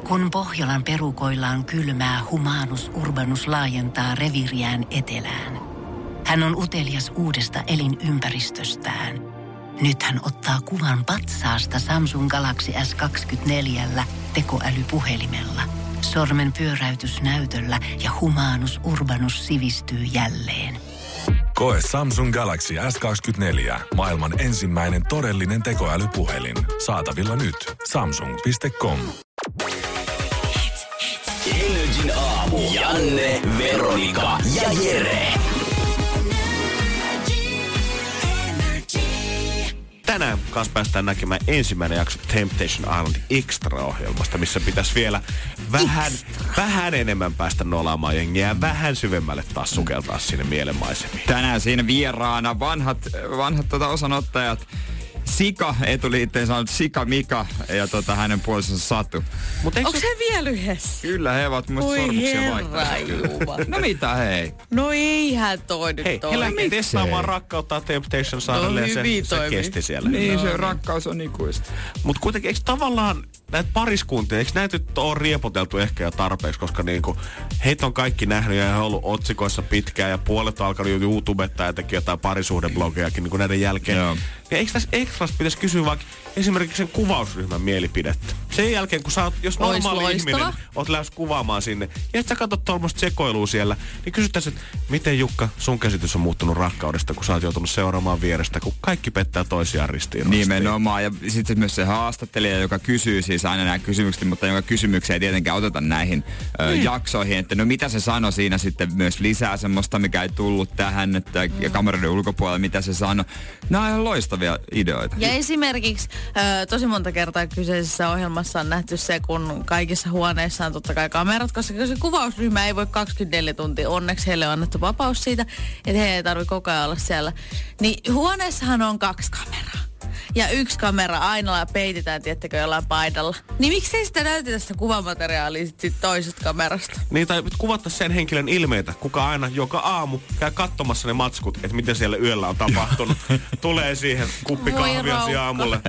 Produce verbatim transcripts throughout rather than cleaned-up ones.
Kun Pohjolan perukoillaan kylmää, Humanus Urbanus laajentaa reviiriään etelään. Hän on utelias uudesta elinympäristöstään. Nyt hän ottaa kuvan patsaasta Samsung Galaxy S kaksikymmentäneljä tekoälypuhelimella. Sormen pyöräytys näytöllä ja Humanus Urbanus sivistyy jälleen. Koe Samsung Galaxy S kaksikymmentäneljä. Maailman ensimmäinen todellinen tekoälypuhelin. Saatavilla nyt. samsung piste com. Energin aamu. Janne, Veronika ja Jere. Tänään kanssa päästään näkemään ensimmäinen jakso Temptation Island Extra-ohjelmasta, missä pitäisi vielä vähän, vähän enemmän päästä nolaamaan jengiä ja vähän syvemmälle taas sukeltaa sinne mielenmaisemiin. Tänään siinä vieraana vanhat, vanhat tota osanottajat. Sika etuliitteen saanut Sika Mika ja tota, hänen puolisonsa Satu. Onko se vielä yhdessä? Kyllä, he ovat muista sormuksia vaihtaa. No mitä hei? No eihän toi nyt hei, toi. he lähti testaamaan rakkautta Temptation Islandille no, ja se, se kesti siellä. Niin, no, se rakkaus on ikuista. Mutta kuitenkin, eikö tavallaan näitä pariskuntia, eikö näitä nyt ole riepoteltu ehkä jo tarpeeksi, koska niinku, heitä on kaikki nähnyt ja he on ollut otsikoissa pitkään ja puolet on alkanut YouTubettaa ja teki jotain parisuhdeblogejakin niinku näiden jälkeen. Joo. Ja eikö tässä ekstrasta pitäisi kysyä vaikka esimerkiksi sen kuvausryhmän mielipidettä? Sen jälkeen, kun sä oot, jos normaali ihminen, oot lähes kuvaamaan sinne, ja et sä katsot tuollaista sekoilua siellä, niin kysyttäisiin, että miten Jukka, sun käsitys on muuttunut rakkaudesta, kun sä oot joutunut seuraamaan vierestä, kun kaikki pettää toisiaan ristiin. Nimenomaan, ja sitten myös se haastattelija, joka kysyy siis aina nämä kysymykset, mutta jonka kysymyksiä ei tietenkään oteta näihin ö, mm. jaksoihin, että no mitä se sanoi siinä sitten myös lisää semmoista, mikä ei tullut tähän, että mm. ja kameroiden ulkopuolella, mitä se sanoi. Nämä on ihan loistavia ideoita. Ja esimerkiksi ö, tosi monta kertaa kyseisessä ohjelmassa on nähty se, kun kaikissa huoneissa on totta kai kamerat, koska se kuvausryhmä ei voi kaksikymmentäneljä tuntia. Onneksi heille on annettu vapaus siitä, että he ei tarvitse koko ajan olla siellä. Niin huoneessahan on kaksi kameraa. Ja yksi kamera aina peitetään, tiettäkö, jollain paidalla. Niin miksei sitä näytetä sitä kuvamateriaalia sit, sit toisesta kamerasta? Niin, tai kuvata sen henkilön ilmeitä, kuka aina joka aamu käy katsomassa ne matskut, että miten siellä yöllä on tapahtunut. Tulee siihen kuppi kahvia aamulle.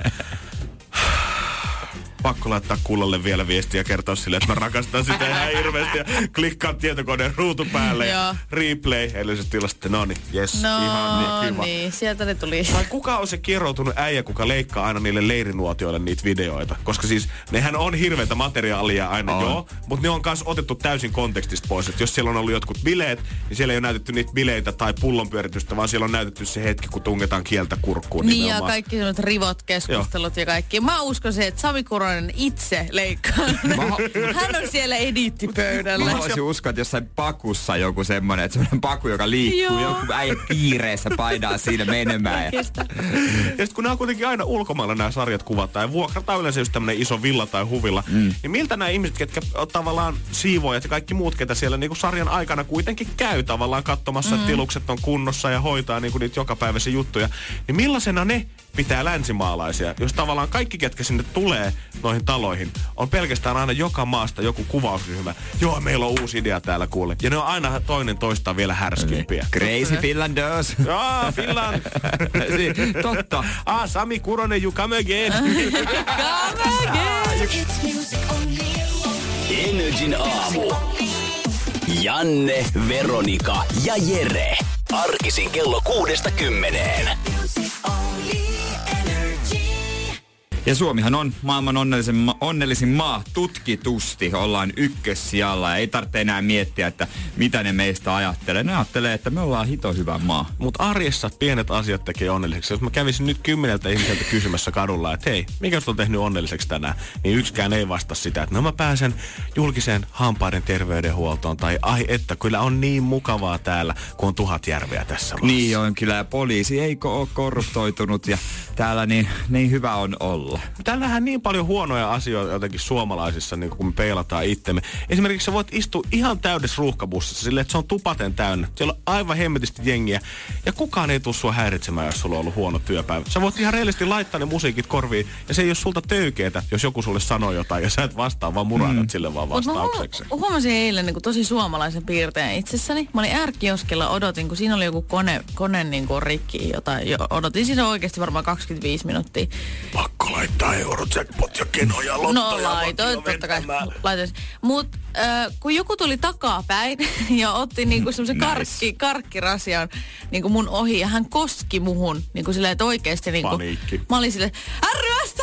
Pakko laittaa Kullalle vielä viestiä ja kertoa sille, että mä rakastan sitä ihan hirveästi ja klikkaa tietokoneen ruutu päälle ja replay edellisestä tilasta. No niin, jes, no, ihan niin kiva. niin, sieltä ne tuli. Vai kuka on se kieroutunut äijä, kuka leikkaa aina niille leirinuotioille niitä videoita? Koska siis nehän on hirveätä materiaalia aina, on. joo, mutta ne on kans otettu täysin kontekstista pois. Että jos siellä on ollut jotkut bileet, niin siellä ei ole näytetty niitä bileitä tai pullonpyöritystä, vaan siellä on näytetty se hetki, kun tungetaan kieltä kurkkuun. Niin nimenomaan. Ja kaikki sellaiset rivot, keskustelut joo. ja kaikki. Mä uskon se, että Sami Kuronen itse leikkaa. Hän on siellä ediittipöydällä. Mä voisin uskoa, että jossain pakussa joku semmonen, että semmonen paku, joka liikkuu, joo. joku äijä kiireessä painaa siinä menemään. Ja, ja sitten kun nämä on kuitenkin aina ulkomailla nämä sarjat kuvataan ja vuokrataan yleensä just tämmönen iso villa tai huvilla, mm. niin miltä nämä ihmiset, ketkä tavallaan siivoojat ja kaikki muut, ketä siellä niinku sarjan aikana kuitenkin käy tavallaan katsomassa, mm. että tilukset on kunnossa ja hoitaa niinku niitä jokapäiväisiä juttuja, niin millaisena ne pitää länsimaalaisia, jos tavallaan kaikki, ketkä sinne tulee noihin taloihin, on pelkästään aina joka maasta joku kuvausryhmä. Joo, meillä on uusi idea täällä kuule. Ja ne on aina toinen toistaan vielä härskimpiä. Crazy Finlanders. Joo, Finland. Totta. Ah, Sami Kuronen, you come again. Come again. Energin aamu. Janne, Veronika ja Jere. Arkisin kello kuudesta kymmeneen. Ja Suomihan on maailman onnellisin, ma- onnellisin maa tutkitusti. Ollaan ykkössijalla ja ei tarvitse enää miettiä, että mitä ne meistä ajattelee. Ne ajattelee, että me ollaan hito hyvä maa. Mutta arjessa pienet asiat tekee onnelliseksi. Jos mä kävisin nyt kymmeneltä ihmiseltä kysymässä kadulla, että hei, mikä sut on tehnyt onnelliseksi tänään? Niin yksikään ei vasta sitä, että no mä pääsen julkiseen hampaiden terveydenhuoltoon. Tai ai että, kyllä on niin mukavaa täällä, kun on tuhat järveä tässä maassa. Niin on kyllä, ja poliisi ei ole korruptoitunut ja täällä niin, niin hyvä on olla. Täällähän niin paljon huonoja asioita jotenkin suomalaisissa, niin kun me peilataan itsemme. Esimerkiksi sä voit istua ihan täydessä ruuhkabussissa silleen, että se on tupaten täynnä. Siellä on aivan hemmetisti jengiä. Ja kukaan ei tule sua häiritsemään, jos sulla on ollut huono työpäivä. Sä voit ihan reellisesti laittaa ne musiikit korviin. Ja se ei ole sulta töykeetä, jos joku sulle sanoo jotain. Ja sä et vastaa, vaan murannat mm. sille vaan vastaukseksi. Mä huomasin eilen niin kuin tosi suomalaisen piirteen itsessäni. Mä olin R-kioskilla, odotin, kun siinä oli joku kone, kone niin kuin rikki, jota jo, odotin siinä oikeasti varmaan kaksikymmentäviisi minuuttia. Pakko Voitko laittaa Eurojackpot ja Keno ja Lotto No ja laitoin, totta kai laitoin. Mut äh, kun joku tuli takapäin ja otti niinku semmosen Nice. karkki, karkkirasian niinku mun ohi ja hän koski muhun niinku silleen, että oikeesti niinku. Paniikki. Mä olin silleen, ärryästä!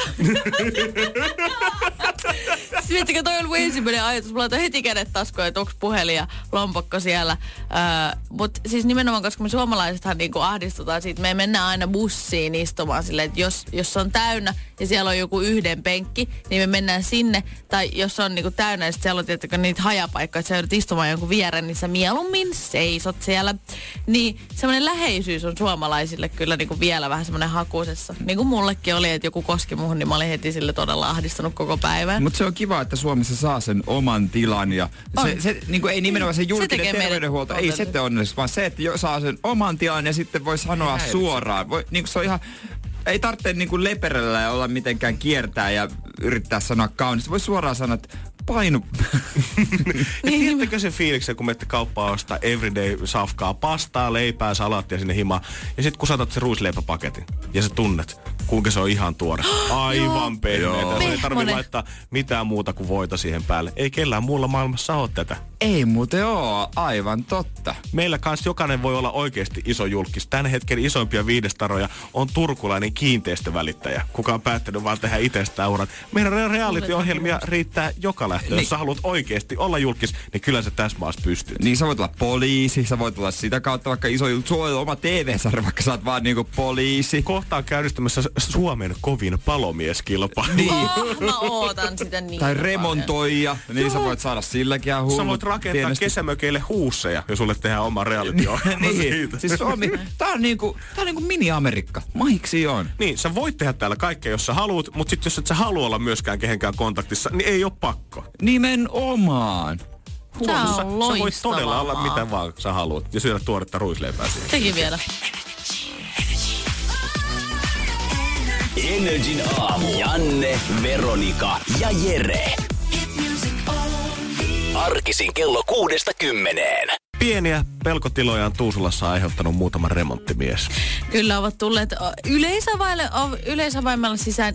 Siis miettikö, toi on mun ensimmäinen ajatus. Mulla laitoin heti kädet taskuun, että onks puhelin ja lompakko siellä. Öö, mut siis nimenomaan, koska me suomalaisethan niinku ahdistutaan siitä, me mennään aina bussiin istumaan silleen, että jos, jos se on täynnä ja siellä on joku yhden penkki, niin me mennään sinne. Tai jos se on niinku täynnä ja sit siellä on tietenkin niitä hajapaikkoja, että sä joudut istumaan jonkun viereen, niin sä mieluummin seisot siellä. Niin semmoinen läheisyys on suomalaisille kyllä niinku vielä vähän semmoinen hakuisessa. Niin kuin mullekin oli, että joku koski muhun, niin mä olin heti sille todella ahdistunut koko päivän. Mutta se on kiva, että Suomessa saa sen oman tilan ja se, se niin kuin ei nimenomaan se julkinen Se terveydenhuolto, ei se te onnellisesti, vaan se, että jo saa sen oman tilan ja sitten voi sanoa suoraan. Voi, niin kuin se on ihan, ei tarvitse niin kuin leperellä ja olla mitenkään kiertää ja yrittää sanoa kaunista. Voi suoraan sanoa, että painu. Niin, tiedättekö sen fiiliksen, kun menette kauppaan ostaa everyday safkaa, pastaa, leipää, salaattia sinne himaan. Ja sitten kun saatat sen ruisleipäpaketin ja sä tunnet, kuinka se on ihan tuore. Aivan pehmeitä. Se ei tarvitse laittaa mitään muuta kuin voita siihen päälle. Ei kellään muulla maailmassa ole tätä. Ei muuten oo, aivan totta. Meillä kanssa jokainen voi olla oikeasti iso julkis. Tän hetken isoimpia viidestaroja on turkulainen kiinteistövälittäjä, kuka on päättänyt vaan tehdä itsestään uran. Meidän reality-ohjelmia riittää joka lähtö. Niin. Jos sä haluat oikeasti olla julkis, niin kyllä se tässä maassa pystyy. Niin sä voit olla poliisi, sä voit olla sitä kautta vaikka iso juttu. Sulla on oma T V-sarja, vaikka sä oot vaan niinku poliisi. Kohta on käynnistämässä Suomen kovin palomieskilpailu. Niin. Oh, mä ootan sitä niin Tai paljon. remontoija, niin Joo. sä voit saada silläkin ihan hullut. Sä voit rakentaa pienesti kesämökeille huusseja, jos sulle tehdään oma reality-ohjelma niin. siitä. Siis Suomi, tää on niinku, tää on niinku mini-Amerikka. Mahiksi on. Niin, sä voit tehdä täällä kaikkea, jos sä haluat, mutta sit jos et sä halua olla myöskään kehenkään kontaktissa, niin ei oo pakko. Nimenomaan. Tää on Sä, sä voit todella olla maa. mitä vaan sä haluat ja syödä tuoretta ruisleipää siihen. Sekin vielä. Energin aamu. Janne, Veronika ja Jere. Arkisin kello kuudesta kymmeneen. Pieniä pelkotiloja on Tuusulassa aiheuttanut muutama remonttimies. Kyllä ovat tulleet yleisavaimella sisään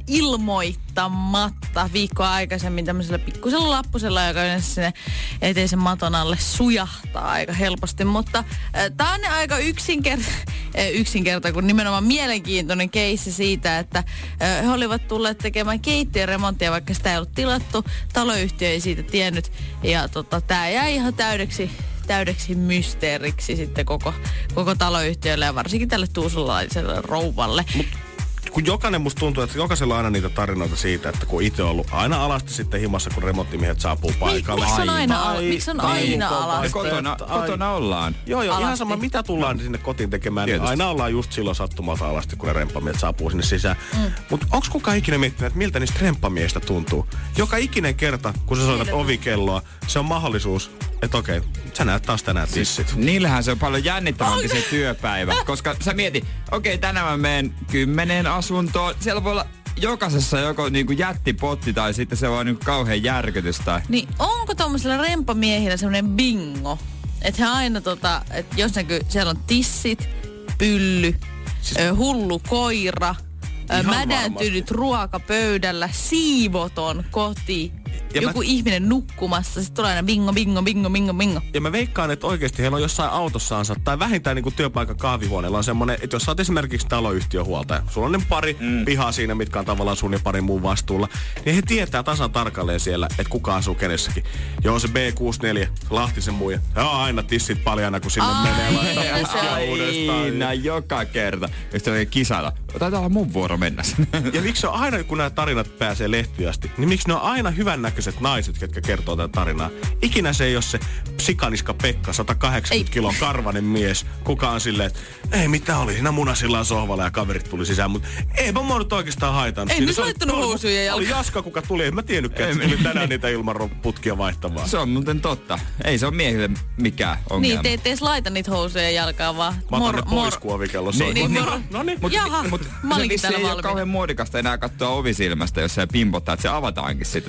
ilmoittamatta viikkoa aikaisemmin tämmöisellä pikkusella lappusella, joka yleensä sinne eteisen maton alle sujahtaa aika helposti. Mutta äh, tää on aika yksinkerta, äh, yksinkerta, kun nimenomaan mielenkiintoinen keissi siitä, että äh, he olivat tulleet tekemään keittiöremonttia, vaikka sitä ei ollut tilattu. Taloyhtiö ei siitä tiennyt ja tota, tää jäi ihan täydeksi täydeksi mysteeriksi sitten koko, koko taloyhtiölle ja varsinkin tälle tuusulaiselle rouvalle. Mut kun jokainen musta tuntuu, että jokaisella on aina niitä tarinoita siitä, että kun itse on ollut aina alasti sitten himassa, kun remonttimiehet saapuu paikalle. Miksi on aina, al- miksi on aina alasti? Kotona, kotona ollaan. Joo, joo, Alasti. ihan sama mitä tullaan sinne kotiin tekemään, niin aina ollaan just silloin sattumalta alasti, kun ne remppamiehet saapuu sinne sisään. Mm. Mutta onko kukaan ikinä miettinyt, että miltä niistä remppamiehistä tuntuu? Joka ikinen kerta, kun sä soitat ovikelloa, se on mahdollisuus, että okei, sä näet taas tänään tissit. Niillähän se on paljon jännittävämpi se työpäivä, koska sä mieti, okei, tänään mä menen kymmeneen asuntoon, siellä voi olla jokaisessa joko niinku jättipotti tai sitten se on niinku kauhean järkytys tai... Niin onko tommosilla remppamiehillä semmonen bingo? Että he aina tota, että jos näkyy, siellä on tissit, pylly, siis... ö, hullu koira, ö, mädäntynyt varmasti ruoka pöydällä, siivoton koti, ja joku mä... ihminen nukkumassa, sitten tulee aina bingo, bingo, bingo, bingo, bingo. Ja mä veikkaan, että oikeasti heillä on jossain autossaansa tai vähintään niin kuin työpaikan kahvihuoneella on semmoinen, että jos sä oot esimerkiksi taloyhtiöhuoltaja, sulla on ne pari mm. pihaa siinä, mitkä on tavallaan sun ja parin muun vastuulla, niin he tietää tasan tarkalleen siellä, että kuka asuu kenessäkin. Joo, se B kuusikymmentäneljä, Lahtisen muija, se on aina tissit paljana, kun sinne Ai, menee laittaa puskia uudestaan. Aina, joka kerta. Ja sitten on kisailla. Taitaa olla mun vuoro mennä. Ja miksi on aina, kun nämä tarinat pääsee lehtiin asti, niin miksi ne on aina hyvännäköiset naiset, ketkä kertoo tätä tarinaa. Ikinä se ei ole se sikaniska Pekka, sata kahdeksankymmentä kilon karvanen mies, kuka on silleen, että ei mitään, oli siinä munasillaan sohvalla ja kaverit tuli sisään, mutta eipä mua nyt oikeastaan haitannut. Ei nyt laittanut housuja jalkaan. Oli Jaska, kuka tuli, en mä tiennytkään, että tuli tänään niitä ilmanputkia vaihtamaan. Se on muuten totta. Ei se ole miehille mikään ongelma. Niin, te ette edes laita niitä housuja jalkaan, vaan... Mä otan ne pois, kun ovikello soi. Niin, Niin, mor- no niin. Mut, Jaha, mut mä se olinkin vissiin täällä ei ole valmiina. kauhean muodikasta enää katsoa ovisilmästä, jos se pimpottaa, että se avataankin sitten saman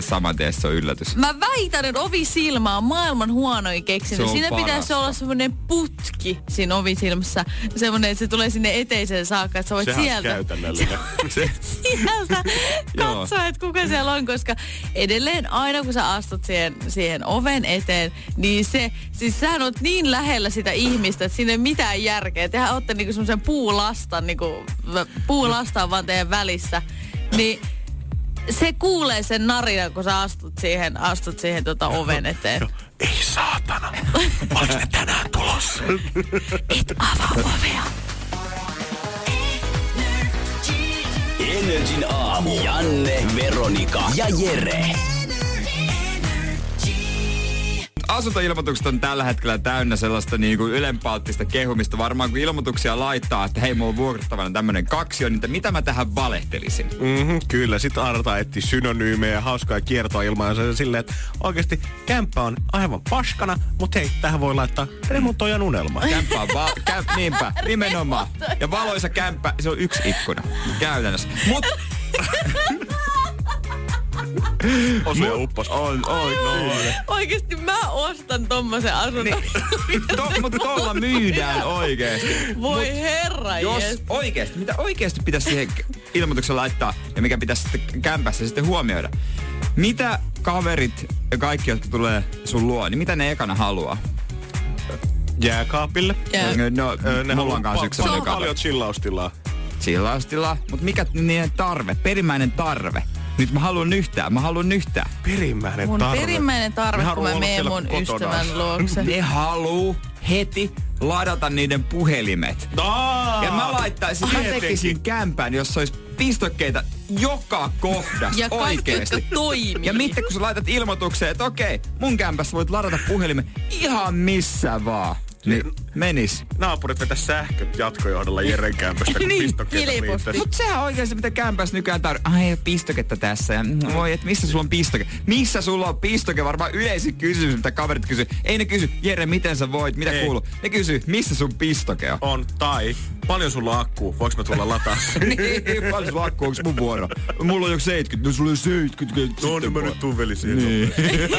tee, se on yllätys. Mä väitän, että ovisilmä on maailman huonoin keksinyt. Siinä parasta. pitäisi olla semmoinen putki siinä ovisilmässä. Semmoinen, että se tulee sinne eteiseen saakka, että sä voit Sehän sieltä... käytännöllinen. sieltä katsoa, että kuka siellä on, koska edelleen aina kun sä astut siihen, siihen oven eteen, niin se, siis sähän oot niin lähellä sitä ihmistä, että siinä ei mitään järkeä. Tehän ootte niinku semmoisen puulastan, niinku, puulastan vaan teidän välissä, niin se kuulee sen narinan, kun sä astut siihen, astut siihen tota oven eteen. Ei saatana. Onks ne tänään tulossa? Et avaa ovea. Energin aamu. Janne, Veronika ja Jere. Asuntoilmoitukset on tällä hetkellä täynnä sellaista niinku ylenpalttista kehumista. Varmaan kun ilmoituksia laittaa, että hei, mulla on vuokrattavana tämmönen kaksio, niin mitä mä tähän valehtelisin? Mm-hmm, kyllä, sitten aletaan etsiä synonyymejä ja hauskaa kiertoa ilman ja silleen, että oikeasti kämppä on aivan paskana, mutta hei, tähän voi laittaa remontoijan unelma. Kämppä on va- kämp, niinpä, nimenomaan. Ja valoisa kämppä, se on yksi ikkuna käytännössä. Mut... On se uppos. On, on, no. Oikeesti mä ostan tommosen asunnon. Niin. To, mutta tuolla myydään oikeesti. Voi Mut herra jos jes. oikeesti, mitä oikeesti pitäisi siihen ilmoitukseen laittaa ja mikä pitäisi sitten kämpässä sitten huomioida. Mitä kaverit ja kaikki, jotka tulee sun luo, niin mitä ne ekana haluaa? Jääkaapille. Jää. No, Ne mulla on kanssa yksi pa- sellainen paljon kaveri. chillaustilaa. Chillaustila, mutta mikä niiden tarve, perimmäinen tarve? Nyt mä haluan nyhtää, mä haluan nyhtää. Perimmäinen Mun tarve. perimmäinen tarve, Ne kun mä haluaa olla menen siellä mun kotona. ystävän luokse. Ne haluu heti ladata niiden puhelimet. Aa, Ja mä laittaisin, mä tietenkin. tekisin kämpän, jossa olisi pistokkeita joka kohdassa Ja kaikki, oikeesti. jotka toimii. Ja mitä kun sä laitat ilmoitukseen, että okei, mun kämpässä voit ladata puhelimen ihan missä vaan. Niin menis. Naapurit vetäis sähköt jatkojohdolla Jeren kämpästä, kun Niin, pistokkeita hilposti. riittäisi. Mut sehän on oikeesti mitä kämpässä nykyään tarvitsee. Ai, ei ole pistoketta tässä. Ja voi, että missä sulla on pistoke? Missä sulla on pistoke? Varmaan yleisin kysymys, mitä kaverit kysyy. Ei ne kysy, Jere, miten sä voit? Mitä Ei. kuuluu? Ne kysyy, missä sun pistoke on? On, tai paljon sulla on akkuu? Voinko mä tulla lataa? Niin, paljon sulla akkuu, onks mun vuoro? Mulla on joku seitsemänkymmentä, no sulla on seitsemänkymmentä. No niin mä nyt tuun veli siihen. Niin.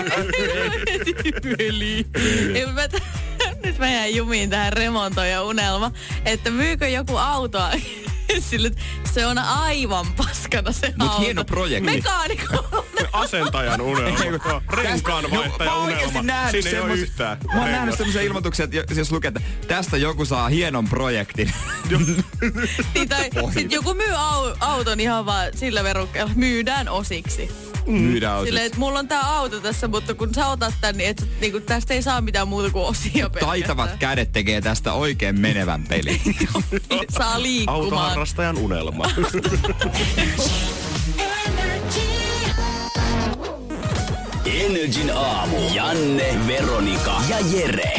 Veli. Ei, mä t- Nyt mä jäin jumiin tähän remontoija unelma, että myykö joku autoa sille, että se on aivan paskana se Mut auto. hieno projekti. Mekaanikko. Asentajan unelma. Renkaanvaihtajan Mä oon oikeesti unelma. nähnyt Siinä ei ole semmos- yhtään. Mä oon nähnyt semmoisia ilmoituksia, että jos lukee, että tästä joku saa hienon projektin. Niin, tai sit joku myy au- auton ihan vaan sillä verukkeella, myydään osiksi. Myydään osiksi. Silleen, että mulla on tää auto tässä, mutta kun sä otat tän, niin, et, niin tästä ei saa mitään muuta kuin osia pelkästään. Taitavat kädet tekee tästä oikein menevän pelin. Saa liikkumaan. Autoharrastajan unelma. Energin aamu. Janne, Veronika ja Jere.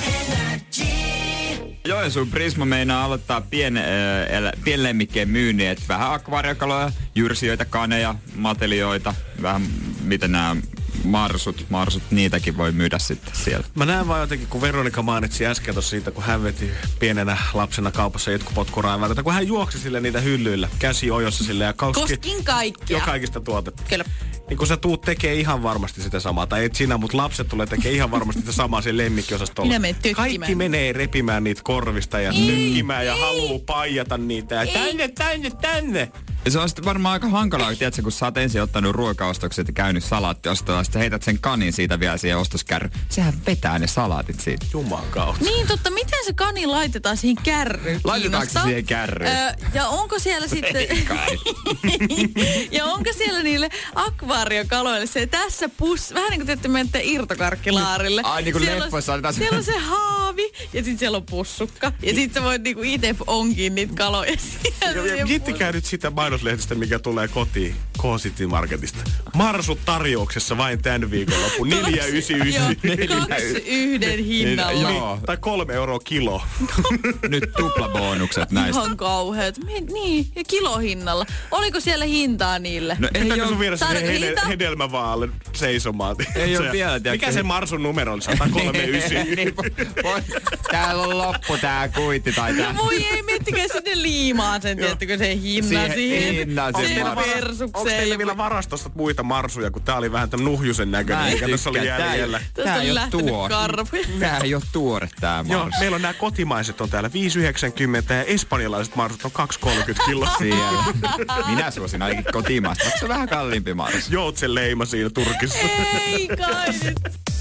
Joensuun Prisma meinaa aloittaa pien, äh, pienlemmikkeen myynnin, että vähän akvaariokaloja, jyrsijöitä, kaneja, matelioita, vähän miten nämä marsut, marsut, niitäkin voi myydä sitten siellä. Mä näen vaan jotenkin, kun Veronika mainitsi äsken tossa siitä, kun hän veti pienenä lapsena kaupassa jotkupotkuraivalta, kun hän juoksi sille niitä hyllyillä, käsi ojossa sille ja kauski Koskin kaikkia. jo kaikista tuotetta. Kyllä. Niin kun sä tuut tekee ihan varmasti sitä samaa, tai et sinä, mutta lapset tulee tekee ihan varmasti sitä samaa siinä lemmikkiosastolla. Minä menen tökkimään. Kaikki menee repimään niitä korvista ja tykkimään ja haluu paijata niitä ja tänne, tänne, tänne. Ja se on sitten varmaan aika hankalaa, tiedätkö, kun sä oot ensin ottanut ruokaostokset ja käynyt salaattiostolla, ja sitten heität sen kanin siitä vielä siihen ostoskärryyn. Sehän vetää ne salaatit siitä. Juman kautta. Niin totta, miten se kani laitetaan siihen kärryyn? Laitetaanko se Kiinnostaa. siihen kärryyn? Öö, ja onko siellä sitten... Ei kai. ja onko siellä niille akvaariokaloille se tässä pussi, vähän niin kuin te ette menette irtokarkkilaarille. Ai, niin kuin Siellä on- leffoissa annetaan se- Siellä on se haavi ja sitten siellä on pussukka. Ja sitten sä voit niinku itse onkin niitä kaloja sieltä. Ja, ja miettikää nyt sitä mainoslehdistä, mikä tulee kotiin K-City Marketista. Marsut tarjouksessa vain tämän viikonlopun. neljä yhdeksänkymmentäyhdeksän. Kaksi yhden hinnalla. Niin, joo. Tai kolme euroa kilo. Nyt tuplabonukset näistä. Ihan kauheat. Mi- Niin, ja kilohinnalla. Oliko siellä hintaa niille? No ei Pitääkö sun ole. viedä sinne Saadaanko hede- hinta? hedelmävaalle seisomaan? Ei oo Se- vielä, tiedätkö? Mikä se Marsun numero oli? sata kolmekymmentäyhdeksän. Niin, voi- Täällä on loppu tää kuitti tai tää. Voi ei, me miettikää sinne liimaa sen, tiettikö se hinna siihen. Hinna siihen. Persukseen. Onko teillä vielä varastosta muita marsuja, kun tää oli vähän tämän nuhjusen näköinen, mikä tässä oli jäljellä? Tästä on lähtenyt karvuja. Tää ei oo tuore tää marsu. Joo, meillä on nämä kotimaiset on täällä viisi yhdeksänkymmentä ja espanjalaiset marsut on kaksi kolmekymmentä kiloa. Siellä. Minä suosin ainakin kotimaasta. Onko se vähän kalliimpi marsu? Joutsen leima siinä Turkissa. Ei kai nyt.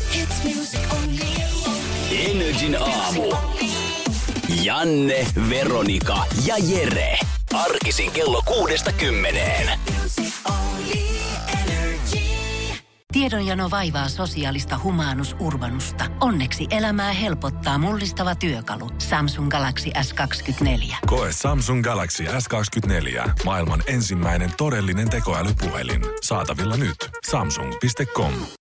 Energin aamu. Janne, Veronika ja Jere. Arkisin kello kuudesta kymmeneen. Tiedonjano vaivaa sosiaalista humanus urbanusta. Onneksi elämää helpottaa mullistava työkalu. Samsung Galaxy S kaksikymmentäneljä. Koe Samsung Galaxy S kaksikymmentäneljä. Maailman ensimmäinen todellinen tekoälypuhelin. Saatavilla nyt. Samsung piste com.